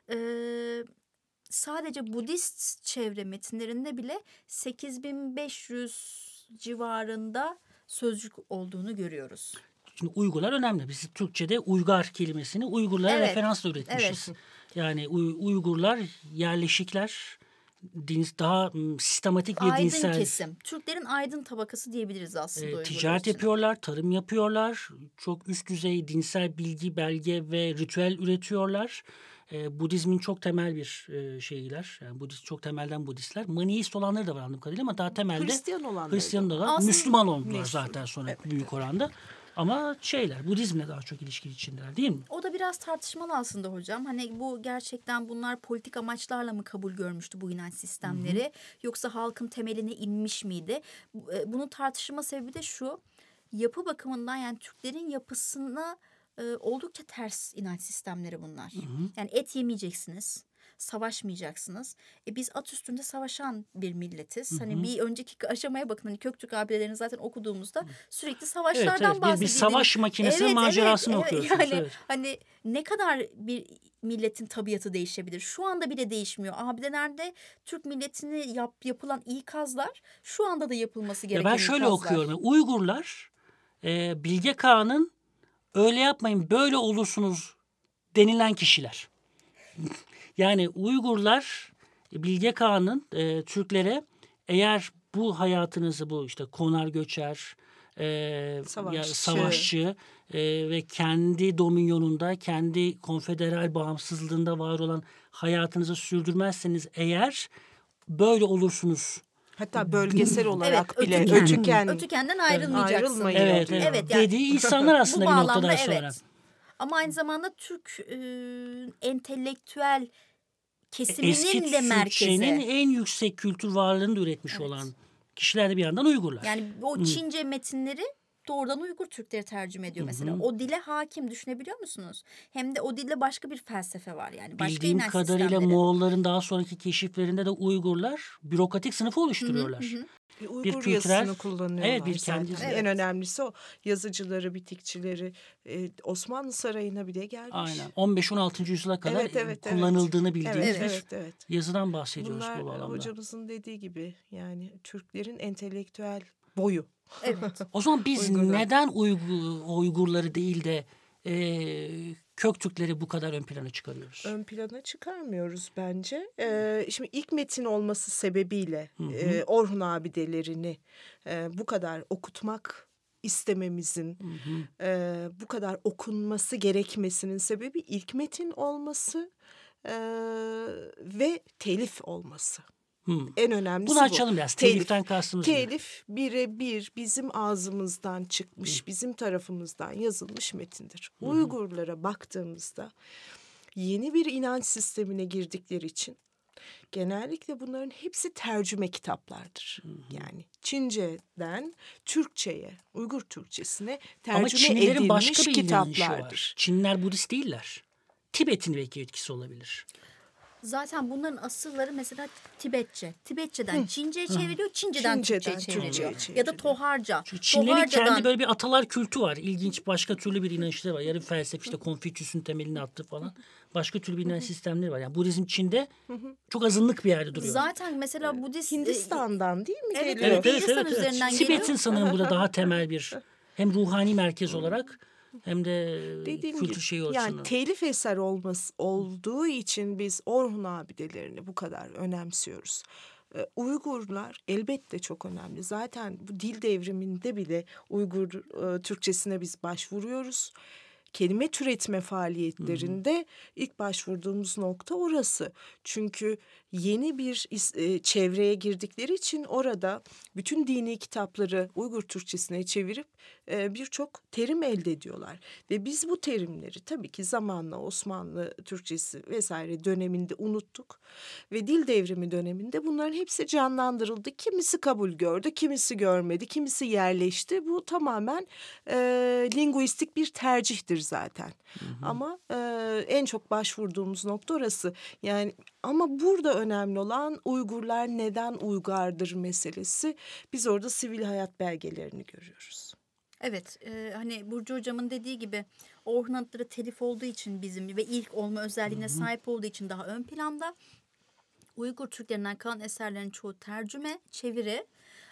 Eee sadece Budist çevre metinlerinde bile sekiz bin beş yüz civarında sözcük olduğunu görüyoruz. Şimdi Uygurlar önemli. Biz Türkçe'de uygar kelimesini Uygurlara Evet, referansla üretmişiz. evet. Yani Uy- Uygurlar yerleşikler, din, daha m, sistematik bir Aydın dinsel kesim. Türklerin aydın tabakası diyebiliriz aslında e, Uygurlar ticaret için. yapıyorlar, tarım yapıyorlar. Çok üst düzey dinsel bilgi, belge ve ritüel üretiyorlar. E, Budizmin çok temel bir e, şeyler. Yani Budist çok temelden Budistler. Maniist olanları da var anladığım kadarıyla ama daha temelde Hristiyan olanları Hristiyan da da var. var. Aslında- Müslüman oldular Neyse. zaten sonra Evet, büyük oranda. Ama şeyler Budizmle daha çok ilişkili içindeler değil mi? O da biraz tartışmalı aslında hocam. Hani bu gerçekten bunlar politik amaçlarla mı kabul görmüştü bu inanç sistemleri? Hı hı. Yoksa halkın temeline inmiş miydi? Bunun tartışma sebebi de şu. Yapı bakımından yani Türklerin yapısına e, oldukça ters inanç sistemleri bunlar. Hı hı. Yani et yemeyeceksiniz. Savaşmayacaksınız. E biz at üstünde savaşan bir milletiz. Hı hı. Hani bir önceki aşamaya bakın. Hani Köktürk abidelerini zaten okuduğumuzda sürekli savaşlardan evet, evet. bahsedildiğini. Bir, bir savaş makinesi evet, macerasını evet, okuyorsunuz. Yani evet. hani ne kadar bir milletin tabiatı değişebilir. Şu anda bile değişmiyor. Abidelerde Türk milletini yap, yapılan ikazlar şu anda da yapılması gereken ya ben şöyle ikazlar. okuyorum. Yani Uygurlar e, Bilge Kağan'ın öyle yapmayın böyle olursunuz denilen kişiler. Yani Uygurlar Bilge Kağan'ın e, Türklere eğer bu hayatınızı bu işte konar göçer, e, Savaşçı, ya, savaşçı e, ve kendi dominyonunda, kendi konfederal bağımsızlığında var olan hayatınızı sürdürmezseniz eğer böyle olursunuz. Hatta bölgesel olarak evet, bile ötüken, ötüken, ötüken ayrılmayacaksın. ayrılmayın Evet, diyor. evet. Evet, yani- Dediği insanlar aslında Bu bir bağlamda noktadan evet. sonra. Ama aynı zamanda Türk e, entelektüel kesiminin Eski de merkezi. Türkçenin en yüksek kültür varlığını da üretmiş Evet. olan kişiler de bir yandan Uygurlar. Yani o Çince metinleri doğrudan Uygur Türkleri tercüme ediyor mesela. O dile hakim, düşünebiliyor musunuz? Hem de o dilde başka bir felsefe var yani. Başka Bildiğim inanç kadarıyla sistemleri. Moğolların daha sonraki keşiflerinde de Uygurlar bürokratik sınıfı oluşturuyorlar. Bir Bir Uygur kültürel- yazısını kullanıyorlar Evet, bir zaten. kendi- Evet. En önemlisi o. Yazıcıları, bitikçileri e, Osmanlı Sarayı'na bile gelmiş. Aynen. on beş on altıncı yüzyıla kadar Evet, evet, kullanıldığını evet. bildiğimiz Evet, bir evet, evet. yazıdan bahsediyoruz Bunlar bu bağlamda. hocamızın dediği gibi yani Türklerin entelektüel boyu. Evet. O zaman biz Uygurlar. neden Uygur, Uygurları değil de e, Köktürkleri bu kadar ön plana çıkarıyoruz? Ön plana çıkarmıyoruz bence. Ee, şimdi ilk metin olması sebebiyle e, Orhun abidelerini e, bu kadar okutmak istememizin, e, bu kadar okunması gerekmesinin sebebi ilk metin olması e, ve telif olması. Hmm. En önemlisi Bunu bu. açalım biraz. Telif. Teliften kastımız ne? Telif birebir bizim ağzımızdan çıkmış, bizim tarafımızdan yazılmış metindir. Uygurlara baktığımızda yeni bir inanç sistemine girdikleri için genellikle bunların hepsi tercüme kitaplardır. Yani Çince'den Türkçe'ye, Uygur Türkçesine tercüme Ama Çinlilerin edilmiş başka bir inanışı kitaplardır. var. Çinliler Budist değiller. Tibet'in belki etkisi olabilir. Zaten bunların asılları mesela Tibetçe. Tibetçeden Çince'ye çeviriyor, Çince'den, Çince'den Türkçe'ye çeviriyor. Türkçe'ye Ya da çeviriyor. Toharca. Çünkü Çinlerin Toharcadan- kendi böyle bir atalar kültü var. İlginç başka türlü bir inançları var. Yarı felsefe işte Konfüçyüs'ün temelini attı falan. Başka türlü bir inanç sistemleri var. Yani Budizm Çin'de çok azınlık bir yerde duruyor. Zaten mesela Budist... Hindistan'dan değil mi Evet, geliyor? Evet, evet, Hindistan evet, evet. üzerinden Tibet'in geliyor. sanırım burada daha temel bir hem ruhani merkez olarak hem de Dediğim kültür gibi, şeyi yani açısından. telif eser olması olduğu için biz Orhun abidelerini bu kadar önemsiyoruz. Ee, Uygurlar elbette çok önemli. Zaten bu dil devriminde bile Uygur e, Türkçesine biz başvuruyoruz. Kelime türetme faaliyetlerinde ilk başvurduğumuz nokta orası. Çünkü yeni bir is- e, çevreye girdikleri için orada bütün dini kitapları Uygur Türkçesine çevirip e, birçok terim elde ediyorlar. Ve biz bu terimleri tabii ki zamanla Osmanlı Türkçesi vesaire döneminde unuttuk. Ve dil devrimi döneminde bunların hepsi canlandırıldı. Kimisi kabul gördü, kimisi görmedi, kimisi yerleşti. Bu tamamen e, linguistik bir tercihtir zaten. Ama e, en çok başvurduğumuz nokta orası. Yani ama burada önemli olan Uygurlar neden uygardır meselesi. Biz orada sivil hayat belgelerini görüyoruz. Evet, e, hani Burcu hocamın dediği gibi Orhun adları telif olduğu için bizim ve ilk olma özelliğine sahip olduğu için daha ön planda. Uygur Türklerinden kalan eserlerin çoğu tercüme, çeviri.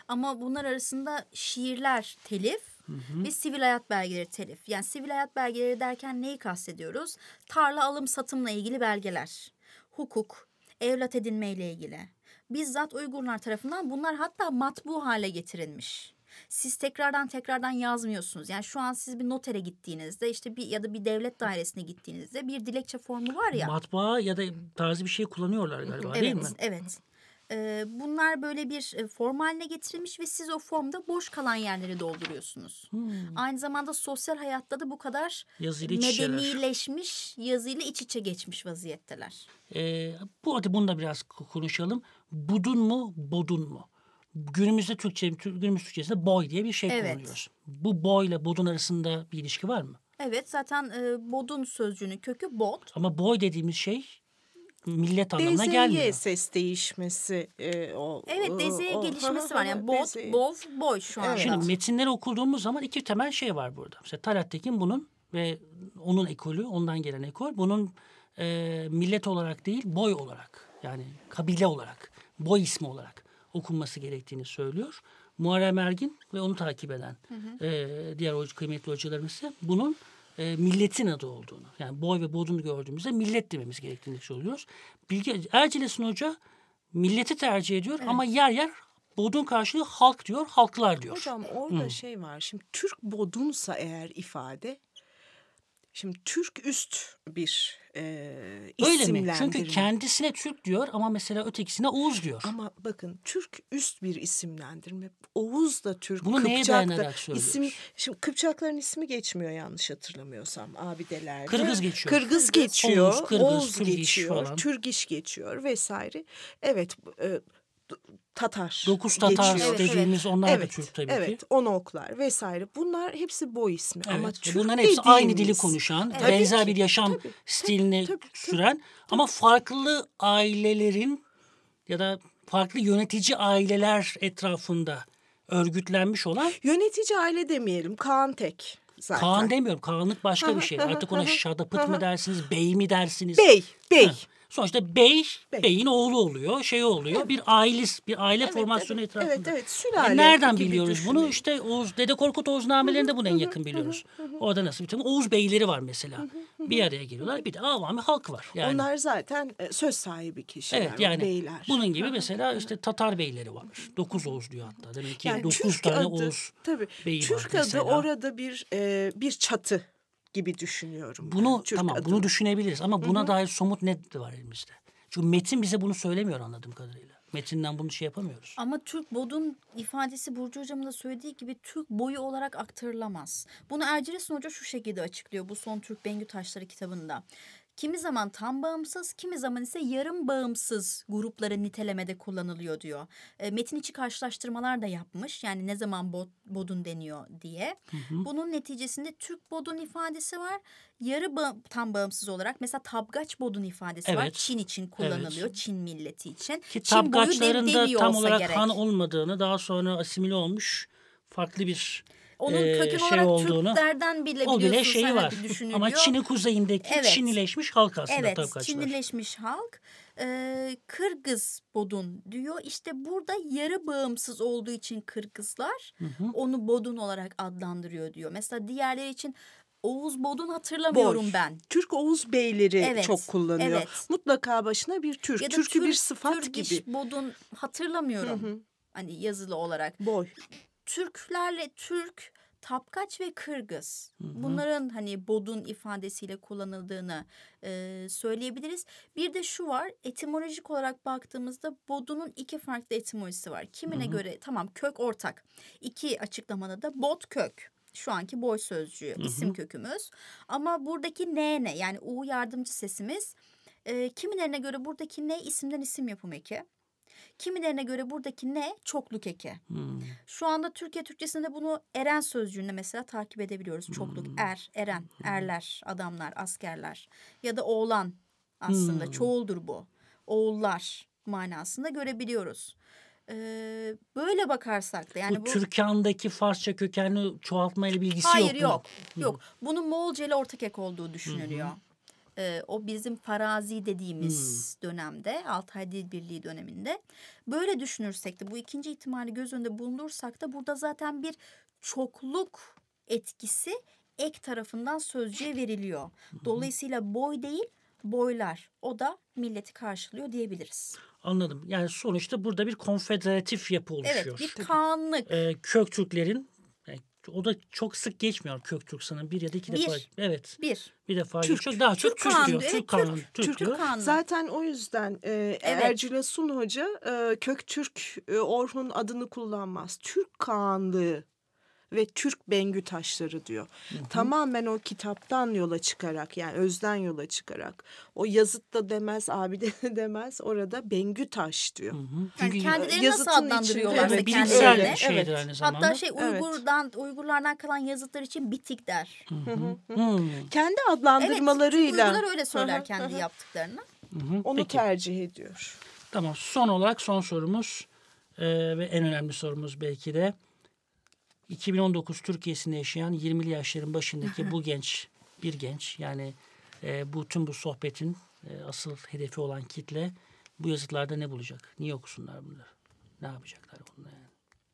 Ama bunlar arasında şiirler telif hı hı. ve sivil hayat belgeleri telif. Yani sivil hayat belgeleri derken neyi kastediyoruz? Tarla alım satımla ilgili belgeler, hukuk, evlat edinme ile ilgili. Bizzat Uygurlar tarafından bunlar hatta matbu hale getirilmiş. Siz tekrardan tekrardan yazmıyorsunuz. Yani şu an siz bir notere gittiğinizde işte bir ya da bir devlet dairesine gittiğinizde bir dilekçe formu var ya. Matbaa ya da tarzı bir şey kullanıyorlar galiba evet, değil mi? Evet. Ee, bunlar böyle bir form haline getirilmiş ve siz o formda boş kalan yerleri dolduruyorsunuz. Hmm. Aynı zamanda sosyal hayatta da bu kadar yazılı medenileşmiş, yazıyla iç içe geçmiş vaziyetteler. Ee, bu arada bunu da biraz konuşalım. Budun mu, bodun mu? Günümüzde Türkçe, günümüz Türkçesinde boy diye bir şey evet. kullanıyoruz. Bu boy ile bodun arasında bir ilişki var mı? Evet, zaten e, bodun sözcüğünün kökü bod. Ama boy dediğimiz şey millet anlamına D Z Y gelmiyor. D Z Y ses değişmesi. E, o, evet D Z Y gelişmesi var. Yani bod, bov, boy şu an. Evet. Şimdi metinleri okuduğumuz zaman iki temel şey var burada. Mesela Talat Tekin bunun ve onun ekolü, ondan gelen ekol bunun e, millet olarak değil boy olarak yani kabile olarak, boy ismi olarak okunması gerektiğini söylüyor. Muharrem Ergin ve onu takip eden hı hı. E, diğer hoca, kıymetli hocalarımız ise bunun e, milletin adı olduğunu, yani boy ve bodunu gördüğümüzde millet dememiz gerektiğini söylüyoruz. Bilge Ercilesin Hoca milleti tercih ediyor evet. ama yer yer bodun karşılığı halk diyor, halklar diyor. Hocam orada hı. şey var, şimdi Türk bodunsa eğer ifade, şimdi Türk üst bir e, isimlendirme. Öyle mi? Çünkü kendisine Türk diyor ama mesela ötekisine Oğuz diyor. Ama bakın Türk üst bir isimlendirme. Oğuz da Türk. Bunu neye dayanarak söylüyoruz? Isim, şimdi Kıpçakların ismi geçmiyor yanlış hatırlamıyorsam abidelerde. Kırgız geçiyor. Kırgız, Kırgız geçiyor. Oğuz, Kırgız, Oğuz Türgiş geçiyor. falan. Türgiş geçiyor vesaire. Evet e, Tatar Dokuz Tatar geçiyor. dediğimiz evet. onlar evet, da Türk tabii evet, ki. Evet, Onoklar vesaire. Bunlar hepsi boy ismi. Evet. Ama Türk bunların hepsi dediğimiz, aynı dili konuşan, evet. benzer bir yaşam tabii, stilini tabii, tabii, süren tabii, ama tabii. farklı ailelerin ya da farklı yönetici aileler etrafında örgütlenmiş olan. Yönetici aile demeyelim, Kaan Tek. Zaten. Kaan demiyorum. Kaanlık başka bir şey. Artık ona şadapıt mı dersiniz, bey mi dersiniz? Bey, bey. Ha. Sonuçta bey, bey, beyin oğlu oluyor, şey oluyor. Evet. Bir aile, bir aile evet, formasyonu evet, etrafında. Evet, evet. Sülale yani nereden biliyoruz düşünün. Bunu? İşte Oğuz, Dede Korkut Oğuznamelerinde bunu en yakın biliyoruz. Orada nasıl bir takım Oğuz beyleri var mesela. Bir araya geliyorlar. Bir de avami halk var. Yani. Onlar zaten söz sahibi kişiler, evet, yani beyler. Bunun gibi mesela işte Tatar beyleri var. Dokuz Oğuz diyor hatta. Demek ki yani dokuz Türk tane adı, Oğuz tabii, beyi Türk var adı mesela. orada bir e, bir çatı gibi düşünüyorum. Bunu Türk tamam adını. bunu düşünebiliriz ama buna Hı-hı. dair somut ne var elimizde? Çünkü metin bize bunu söylemiyor anladığım kadarıyla. Metinden bunu şey yapamıyoruz. Ama Türk bodun ifadesi Burcu Hocam'ın da söylediği gibi Türk boyu olarak aktarılamaz. Bunu Ercilesin Hoca şu şekilde açıklıyor bu Son Türk Bengü Taşları kitabında. Kimi zaman tam bağımsız, kimi zaman ise yarım bağımsız grupları nitelemede kullanılıyor diyor. E, metin içi karşılaştırmalar da yapmış. Yani ne zaman bod, bodun deniyor diye. Hı hı. Bunun neticesinde Türk bodun ifadesi var. Yarı ba- tam bağımsız olarak mesela tabgaç bodun ifadesi evet. var. Çin için kullanılıyor. Evet. Çin milleti için. Ki Çin tabgaçların da tam olarak gerek. Han olmadığını, daha sonra asimile olmuş farklı bir onun kökün şey olarak olduğunu, Türklerden bile o bile şeyi var. Ama Çin'in kuzeyindeki evet. Çinileşmiş halk aslında evet, tabgaçlar. Çinileşmiş halk. Ee, Kırgız bodun diyor. İşte burada yarı bağımsız olduğu için Kırgızlar hı hı. onu bodun olarak adlandırıyor diyor. Mesela diğerleri için Oğuz bodun hatırlamıyorum Boy. ben. Türk Oğuz beyleri evet, çok kullanıyor. Evet. Mutlaka başına bir Türk. Türk'ü Türk, bir sıfat Türk gibi. bodun hatırlamıyorum. Hı hı. Hani yazılı olarak. Boy. Türklerle Türk, Tapkaç ve Kırgız. Hı hı. Bunların hani bodun ifadesiyle kullanıldığını e, söyleyebiliriz. Bir de şu var, etimolojik olarak baktığımızda bodunun iki farklı etimolojisi var. Kimine hı hı. göre tamam kök ortak. İki açıklamada da bod kök. Şu anki boy sözcüğü, hı hı. isim kökümüz. Ama buradaki ne ne yani U yardımcı sesimiz. E, kimilerine göre buradaki ne isimden isim yapım eki. Kimilerine göre buradaki ne çokluk eki. Hmm. Şu anda Türkiye Türkçesinde bunu eren sözcüğünde mesela takip edebiliyoruz. Çokluk hmm. er, eren, erler, adamlar, askerler ya da oğlan aslında hmm. çoğuldur bu. Oğullar manasında görebiliyoruz. Ee, böyle bakarsak da yani bu, bu Türkan'daki Farsça kökenli çoğaltma ile bilgisi hayır, yok. Hayır yok. Yok. Bunun Moğolca ile ortak ek olduğu düşünülüyor. Hmm. E, o bizim farazi dediğimiz hmm. dönemde, Altay Dil Birliği döneminde. Böyle düşünürsek de bu ikinci ihtimali göz önünde bulundursak da burada zaten bir çokluk etkisi ek tarafından sözcüğe veriliyor. Dolayısıyla boy değil, boylar. O da milleti karşılıyor diyebiliriz. Anladım. Yani sonuçta burada bir konfederatif yapı oluşuyor. Evet, bir kağanlık. Ee, Köktürklerin, yani o da çok sık geçmiyor Köktürk sanırım. Bir ya da iki bir, defa. Evet. Bir. Bir defa Türk. geçiyor. Daha Türk çok Türk diyor. evet, Türk Kağan. Türk, Türk, Türk diyor. Kağanlığı. Zaten o yüzden e, Evet. Ercü Asun Hoca e, Köktürk e, Orhun adını kullanmaz. Türk Kağanlığı ve Türk Bengü taşları diyor. Hı hı. Tamamen o kitaptan yola çıkarak, yani özden yola çıkarak. O yazıt da demez, abi de demez. Orada Bengü taş diyor. Hı hı. Yani Çünkü kendilerini nasıl adlandırıyorlarsa evet, kendilerine. bilimsel şeydir evet. aynı zamanda. Hatta şey Uygur'dan, evet. Uygurlardan kalan yazıtlar için bitik der. Hı hı. Hı. Kendi adlandırmalarıyla. Evet, Uygurlar öyle söyler kendi yaptıklarını. Hı hı. Onu Peki. tercih ediyor. Tamam, son olarak son sorumuz e, ve en önemli sorumuz belki de iki bin on dokuz Türkiye'sinde yaşayan yirmili yaşların başındaki bu genç, bir genç, yani e, bu tüm bu sohbetin e, asıl hedefi olan kitle bu yazıtlarda ne bulacak? Niye okusunlar bunları? Ne yapacaklar bunlar yani?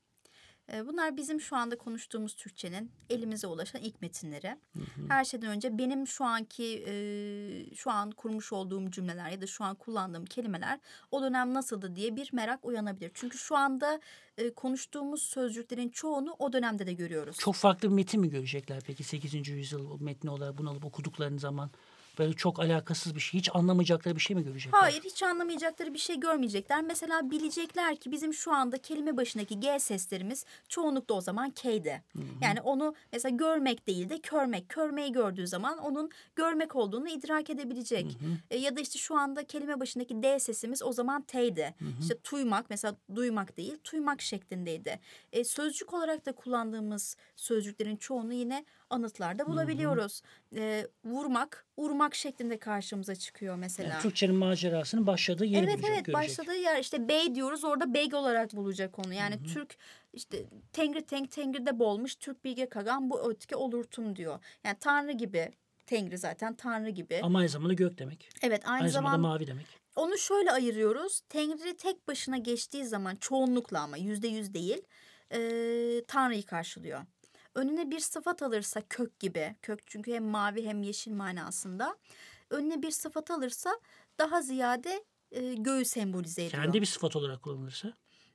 Bunlar bizim şu anda konuştuğumuz Türkçenin elimize ulaşan ilk metinleri. Hı hı. Her şeyden önce benim şu anki e, şu an kurmuş olduğum cümleler ya da şu an kullandığım kelimeler o dönem nasıldı diye bir merak uyanabilir. Çünkü şu anda e, konuştuğumuz sözcüklerin çoğunu o dönemde de görüyoruz. Çok farklı bir metin mi görecekler peki sekizinci yüzyıl metni olarak bunu alıp okuduklarını zaman? Böyle çok alakasız bir şey, hiç anlamayacakları bir şey mi görecekler? Hayır, hiç anlamayacakları bir şey görmeyecekler. Mesela bilecekler ki bizim şu anda kelime başındaki G seslerimiz çoğunlukla o zaman K'de. Hı hı. Yani onu mesela görmek değil de körmek. Körmeyi gördüğü zaman onun görmek olduğunu idrak edebilecek. Hı hı. E, ya da işte şu anda kelime başındaki D sesimiz o zaman T'de. Hı hı. İşte tuymak mesela duymak değil, tuymak şeklindeydi. E, sözcük olarak da kullandığımız sözcüklerin çoğunu yine anıtlarda bulabiliyoruz. Hı hı. E, vurmak, urmak şeklinde karşımıza çıkıyor mesela. Yani Türkçenin macerasının başladığı yeri evet, bulacak, evet, görecek. başladığı yer işte bey diyoruz, orada beg olarak bulacak onu. Yani hı hı. Türk işte tengri tenk tengride bolmuş Türk bilge kagan bu ötke olurtum diyor. Yani tanrı gibi, tengri zaten tanrı gibi. Ama aynı zamanda gök demek. Evet, aynı, aynı zaman, zamanda mavi demek. Onu şöyle ayırıyoruz. Tengri tek başına geçtiği zaman çoğunlukla ama yüzde yüz değil e, tanrıyı karşılıyor. Önüne bir sıfat alırsa kök gibi, kök çünkü hem mavi hem yeşil manasında. Önüne bir sıfat alırsa daha ziyade e, göğü sembolize ediyor. Kendi bir sıfat olarak kullanılırsa?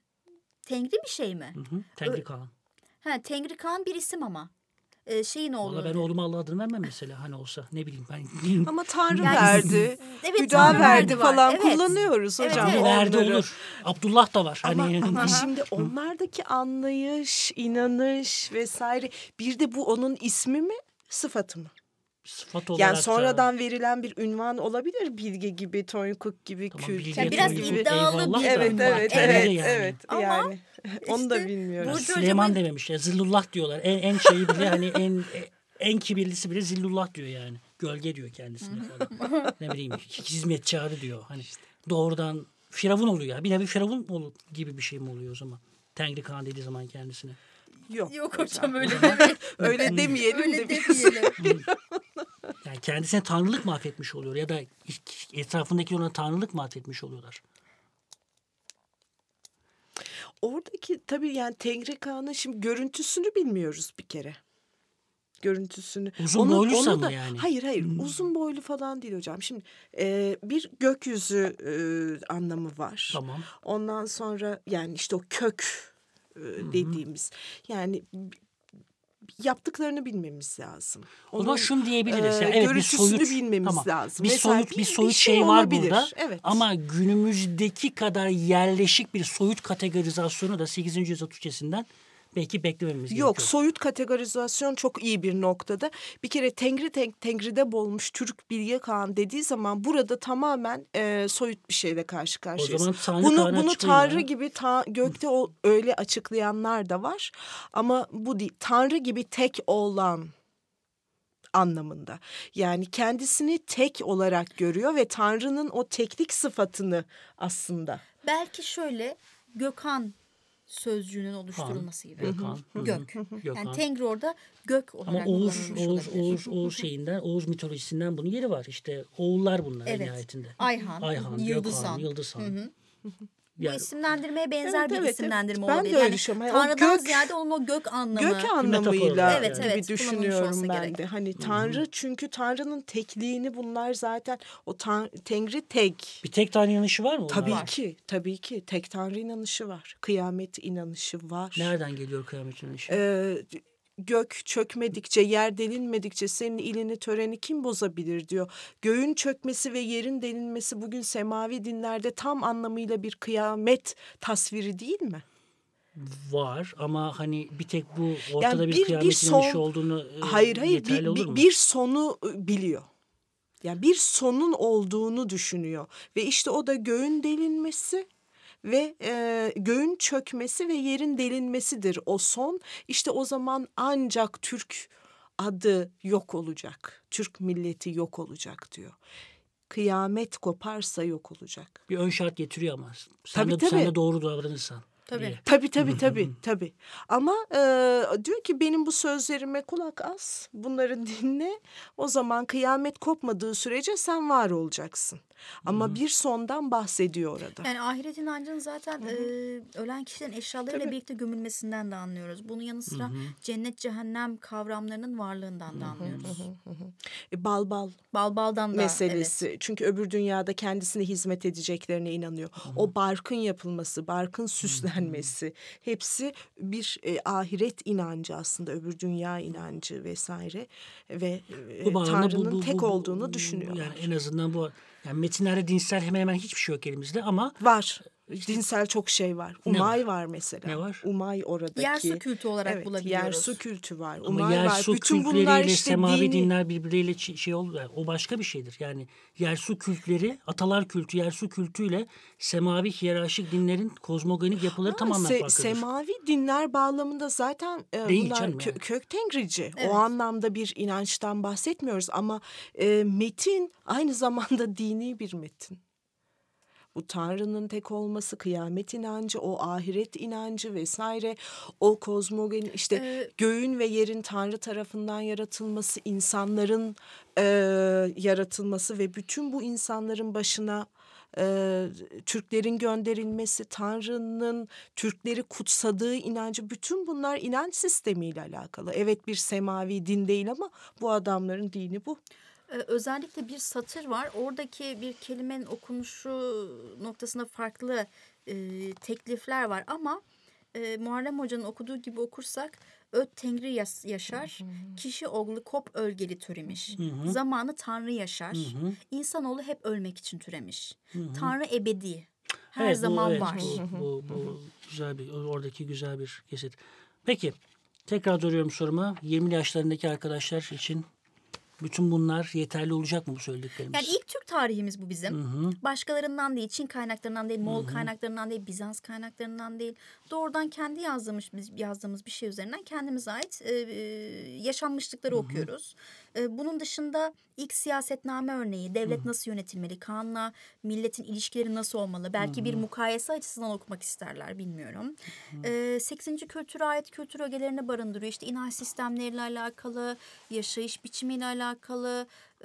Tengri bir şey mi? Hı hı, Tengri Kağan. Ha, Tengri Kağan bir isim ama. Ee, şeyin oğlu. Valla ben oğluma Allah adını vermem mesela hani olsa ne bileyim ben. Ama Tanrı yani, verdi. Evet, Hüda Tanrı verdi var. falan Evet. kullanıyoruz Evet, hocam. evet. Verdi olur. Abdullah da var. Ama, hani ama şimdi onlardaki anlayış, inanış vesaire bir de bu onun ismi mi, sıfatı mı? Sıfat olarak yani sonradan da... verilen bir ünvan olabilir. Bilge gibi, Toykuk gibi, tamam, Kült yani biraz gibi. iddialı bir evet, ünvan. evet, Evet, evet, yani. evet. Ama yani onu işte da bilmiyorum. Burcu Süleyman Hocam'ın... dememiş ya. Zillullah diyorlar. En, en şeyi bile hani en en kibirlisi bile Zillullah diyor yani. Gölge diyor kendisine falan. ne bileyim hizmetçarı diyor. Hani işte doğrudan firavun oluyor ya. Bir nevi firavun gibi bir şey mi oluyor o zaman? Tengri Kağan dediği zaman kendisine. Yok, Yok hocam öyle demeyelim. öyle demeyelim öyle de demeyelim. Yani kendisine tanrılık mı affetmiş oluyor ya da etrafındaki ona tanrılık mı affetmiş oluyorlar? Oradaki tabii yani Tengri Kağan'ın şimdi görüntüsünü bilmiyoruz bir kere. Görüntüsünü. Uzun onu, boyluysa onu mı da, yani? Hayır hayır Hmm. uzun boylu falan değil hocam. Şimdi e, bir gökyüzü e, anlamı var. Tamam. Ondan sonra yani işte o kök e, dediğimiz yani yaptıklarını bilmemiz lazım. Onun, o zaman şunu diyebiliriz. e, Yani evet, görüntüsünü bir soyut, bilmemiz tamam. lazım. Bir Mesela soyut bir, bir soyut bir şey, şey var olabilir. burada. Evet. Ama günümüzdeki kadar yerleşik bir soyut kategorizasyonu da sekizinci yüzyıl Türkçesinden belki beklememiz gerekiyor. Yok, soyut kategorizasyon çok iyi bir noktada. Bir kere Tengri tenk, Tengri'de bolmuş Türk Bilge Kağan dediği zaman burada tamamen e, soyut bir şeyle karşı karşıyayız. O zaman Tanrı bunu Kağan'ı bunu açıklayın Tanrı ya. gibi ta, gökte o, öyle açıklayanlar da var. Ama bu değil. Tanrı gibi tek olan anlamında. Yani kendisini tek olarak görüyor ve Tanrı'nın o teklik sıfatını aslında. Belki şöyle Gökhan sözcüğünün oluşturulması gibi. Gökhan. Hı hı. Gök. Gökhan. Yani Tengri orada gök olarak Ama Oğuz, kullanılmış Oğuz, olabilir. Oğuz, Oğuz şeyinden, Oğuz mitolojisinden bunun yeri var. İşte oğullar bunlar en Evet. nihayetinde. Ayhan, Ayhan, Yıldızhan. Gökhan, Yıldızhan. Hı hı. Bu Yani isimlendirmeye benzer Evet, bir evet, isimlendirme evet. Ben olabilir. de öyle Yani düşünüyorum. Yani o Tanrı'dan gök- ziyade onun o gök anlamı. Gök metafor anlamıyla olarak Evet, yani. gibi evet, kullanılmış düşünüyorum olsa ben gerek. de. Hani Tanrı, çünkü Tanrı'nın tekliğini bunlar zaten o tan Tengri tek. bir tek Tanrı inanışı var mı Tabii bunlarda? ki, tabii ki tek Tanrı inanışı var. Kıyamet inanışı var. Nereden geliyor kıyamet inanışı? Ee, gök çökmedikçe, yer delinmedikçe senin ilini töreni kim bozabilir diyor. Göğün çökmesi ve yerin delinmesi bugün semavi dinlerde tam anlamıyla bir kıyamet tasviri değil mi? Var ama hani bir tek bu ortada Yani bir, bir- bir kıyamet son- inanışı olduğunu e, Hayır hayır yeterli bir, olur bir, mu? bir sonu e, biliyor. Yani bir sonun olduğunu düşünüyor. Ve işte o da göğün delinmesi ve e, göğün çökmesi ve yerin delinmesidir o son. İşte o zaman ancak Türk adı yok olacak. Türk milleti yok olacak diyor. Kıyamet koparsa yok olacak. Bir ön şart getiriyor ama. Sen Tabii, de, sen tabii. de doğru davranırsan. Tabii. diye. Tabii tabii tabii tabii. Ama e, diyor ki benim bu sözlerime kulak as, bunları dinle. O zaman kıyamet kopmadığı sürece sen var olacaksın. Ama bir sondan bahsediyor orada. Yani ahiret inancının zaten e, ölen kişilerin eşyalarıyla Tabii. birlikte gömülmesinden de anlıyoruz. Bunun yanı sıra cennet cehennem kavramlarının varlığından da anlıyoruz. E, bal bal Balbaldan da meselesi. evet. Çünkü öbür dünyada kendisine hizmet edeceklerine inanıyor. O barkın yapılması, barkın süslenmesi hepsi bir e, ahiret inancı aslında, öbür dünya inancı vesaire ve e, Bu bağlamda bu- Tanrı'nın bu- tek bu- bu- olduğunu düşünüyorlar. Yani en azından bu yani metinlerde dinsel hemen hemen hiçbir şey yok elimizde ama Var. Dinsel çok şey var. Umay var? var? mesela. Ne var? Umay oradaki. Yersu kültü olarak evet, bulabiliyoruz. Yersu kültü var. ama Umay yer var. su Bütün bunlar kültleriyle işte semavi dini. dinler birbirleriyle çi- şey oldu. Yani o başka bir şeydir. Yani yer su kültleri, atalar kültü, yer su kültüyle semavi hiyerarşik dinlerin kozmogonik yapıları Ha, tamamen se- farklıdır. Semavi dinler bağlamında zaten e, Değil bunlar canım kö- yani. kök tengrici. Evet. O anlamda bir inançtan bahsetmiyoruz ama e, metin aynı zamanda dini bir metin. Bu Tanrı'nın tek olması, kıyamet inancı, o ahiret inancı vesaire, o kozmogen işte Ee, göğün ve yerin Tanrı tarafından yaratılması, insanların e, yaratılması ve bütün bu insanların başına e, Türklerin gönderilmesi, Tanrı'nın Türkleri kutsadığı inancı, bütün bunlar inanç sistemiyle alakalı. Evet, bir semavi din değil ama bu adamların dini bu. Ee, özellikle bir satır var. Oradaki bir kelimenin okunuşu noktasında farklı e, teklifler var ama e, Muharrem Hoca'nın okuduğu gibi okursak öt Tengri yas- yaşar, kişi oğlu kop ölgeli türemiş. Zamanı Tanrı yaşar, insanoğlu hep ölmek için türemiş. Tanrı ebedi, her Evet, bu, zaman evet, var. Bu, bu, bu güzel bir, oradaki güzel bir kesit. Peki, tekrar soruyorum soruma. yirmili yaşlarındaki arkadaşlar için bütün bunlar yeterli olacak mı bu söylediklerimiz? Yani ilk Türk tarihimiz bu bizim. Başkalarından değil, Çin kaynaklarından değil, Moğol kaynaklarından değil, Bizans kaynaklarından değil. Doğrudan kendi yazdığımız yazdığımız bir şey üzerinden kendimize ait e, e, yaşanmışlıkları okuyoruz. E, bunun dışında ilk siyasetname örneği, devlet nasıl yönetilmeli, kanunla milletin ilişkileri nasıl olmalı, belki bir mukayese açısından okumak isterler, bilmiyorum. E, sekizinci kültüre ait kültür ögelerini barındırıyor. İşte inanç sistemleriyle alakalı, yaşayış biçimiyle alakalı, e,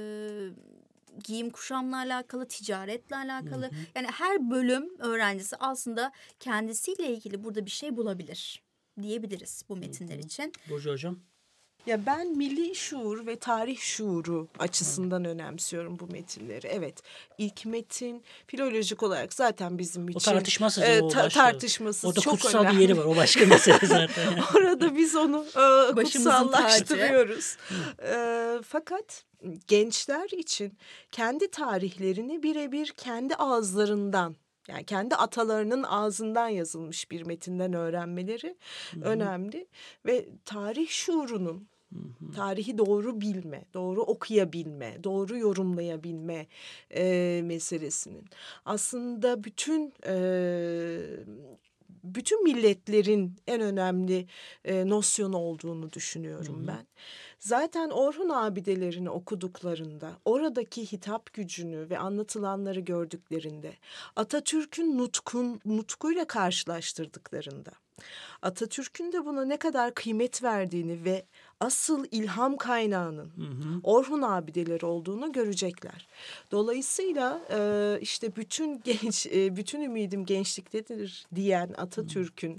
giyim kuşamla alakalı, ticaretle alakalı. Yani her bölüm öğrencisi aslında kendisiyle ilgili burada bir şey bulabilir diyebiliriz bu metinler için. Burcu Hocam? Ya ben milli şuur ve tarih şuuru açısından önemsiyorum bu metinleri. Evet, ilk metin filolojik olarak zaten bizim için O tartışmasız. e, o ta- başka. tartışmasız, Orada çok kutsal önemli. bir yeri var. O başka mesele zaten. Orada biz onu e, Başımızın kutsallaştırıyoruz. E, fakat gençler için kendi tarihlerini birebir kendi ağızlarından, yani kendi atalarının ağzından yazılmış bir metinden öğrenmeleri önemli ve tarih şuurunun, tarihi doğru bilme, doğru okuyabilme, doğru yorumlayabilme e, meselesinin aslında bütün e, bütün milletlerin en önemli e, nosyonu olduğunu düşünüyorum Hı hı. ben. Zaten Orhun abidelerini okuduklarında, oradaki hitap gücünü ve anlatılanları gördüklerinde, Atatürk'ün nutkun, nutkuyla karşılaştırdıklarında, Atatürk'ün de buna ne kadar kıymet verdiğini ve asıl ilham kaynağının Hı hı. Orhun abideleri olduğunu görecekler. Dolayısıyla e, işte bütün genç, e, bütün ümidim gençliktedir diyen Atatürk'ün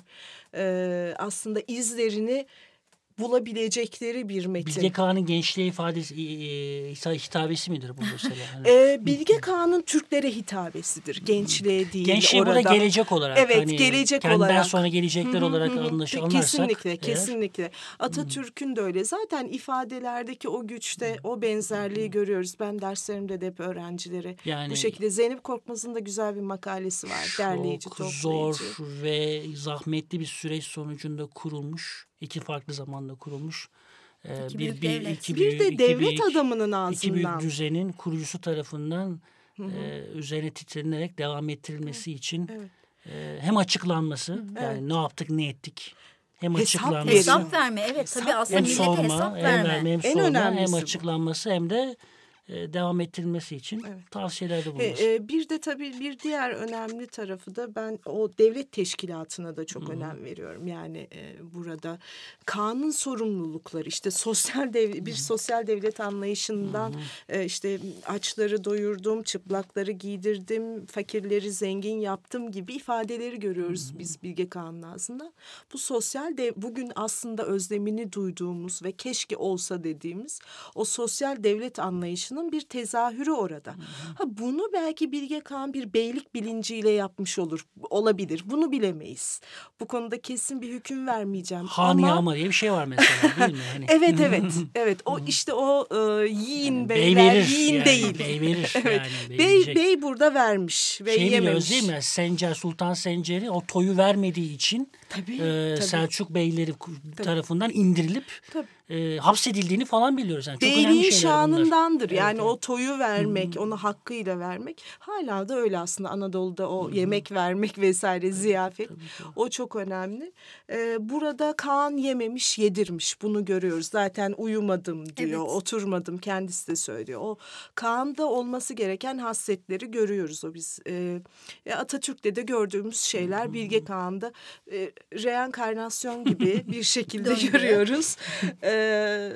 e, aslında izlerini bulabilecekleri bir metin. Bilge Kağan'ın gençliğe ifadesi, e, e, hitabesi midir bu mesela? Hani, Ee, Bilge Kağan'ın Türklere hitabesidir. Gençliğe değil gençliği orada. burada gelecek olarak. Evet, hani, gelecek kendinden olarak. sonra gelecekler Hı hı, olarak hı hı. anlaş, anlarsak. Kesinlikle, eğer, kesinlikle. Atatürk'ün de öyle. Zaten ifadelerdeki o güçte, o benzerliği görüyoruz. Ben derslerimde de hep öğrencilere Yani- bu şekilde. Zeynep Korkmaz'ın da güzel bir makalesi var. Derleyici, çok toplayıcı. zor ve zahmetli bir süreç sonucunda kurulmuş. İki farklı zamanda kurulmuş. Ee, İki bir, büyük bir, devlet. iki Bir büyük, de iki devlet büyük- adamının İki büyük ağzından. düzenin kurucusu tarafından e, üzerine titrenilerek devam ettirilmesi için Evet. e, hem açıklanması, yani Evet. ne yaptık ne ettik, hem Hesap açıklanması, veriyor. Hesap verme, evet Hesap tabii aslında hem millete sorma, hesap hem verme. verme, hem En sorma, hem önemlisi bu. açıklanması hem de e, devam ettirilmesi için Evet. tavsiyelerde E, bulunması. e, bir de tabii bir diğer önemli tarafı da ben o devlet teşkilatına da çok önem veriyorum. Yani e, burada kanun sorumlulukları işte sosyal dev, bir sosyal devlet anlayışından e, işte açları doyurdum, çıplakları giydirdim, fakirleri zengin yaptım gibi ifadeleri görüyoruz biz Bilge Kağan'ın ağzından. Bu sosyal dev bugün aslında özlemini duyduğumuz ve keşke olsa dediğimiz o sosyal devlet anlayışının bir tezahürü orada. Ha bunu belki Bilge Kağan bir beylik bilinciyle yapmış olur, olabilir. Bunu bilemeyiz. Bu konuda kesin bir hüküm vermeyeceğim. Hani ama ama diye bir şey var mesela, değil mi? Hani, evet evet evet o işte o e, yiyin yani bey beyler verir, yiyin yani, değil. bey verir, Evet. yani, bey Bey, verecek. bey burada vermiş ve Şey biliyoruz yememiş. değil mi? Sencer, Sultan Sencer'i o toyu vermediği için Tabii, e, tabii. Selçuk beyleri ku- tarafından indirilip Tabii. e, hapsedildiğini falan biliyoruz. Yani çok önemli Beyliğin şeyler bunlar. şanındandır. Evet, Yani evet. o toyu vermek, onu hakkıyla vermek. Hala da öyle aslında Anadolu'da o yemek vermek vesaire ziyafet. O çok önemli. Ee, burada Kaan yememiş, yedirmiş. Bunu görüyoruz. Zaten uyumadım diyor, Evet. oturmadım. Kendisi de söylüyor. O Kaan'da olması gereken hasletleri görüyoruz. O biz e, Atatürk'te de gördüğümüz şeyler Bilge Kağan'da e, reenkarnasyon gibi bir şekilde Döngü. görüyoruz. Ee,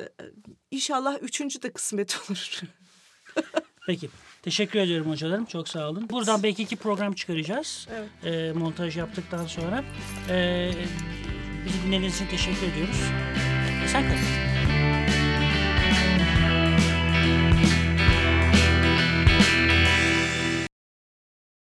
İnşallah üçüncü de kısmet olur. Peki. Teşekkür ediyorum hocalarım. Çok sağ olun. Buradan belki iki program çıkaracağız. Evet. E, montaj yaptıktan sonra. E, bizi dinlediğiniz için teşekkür ediyoruz. Esen kalın.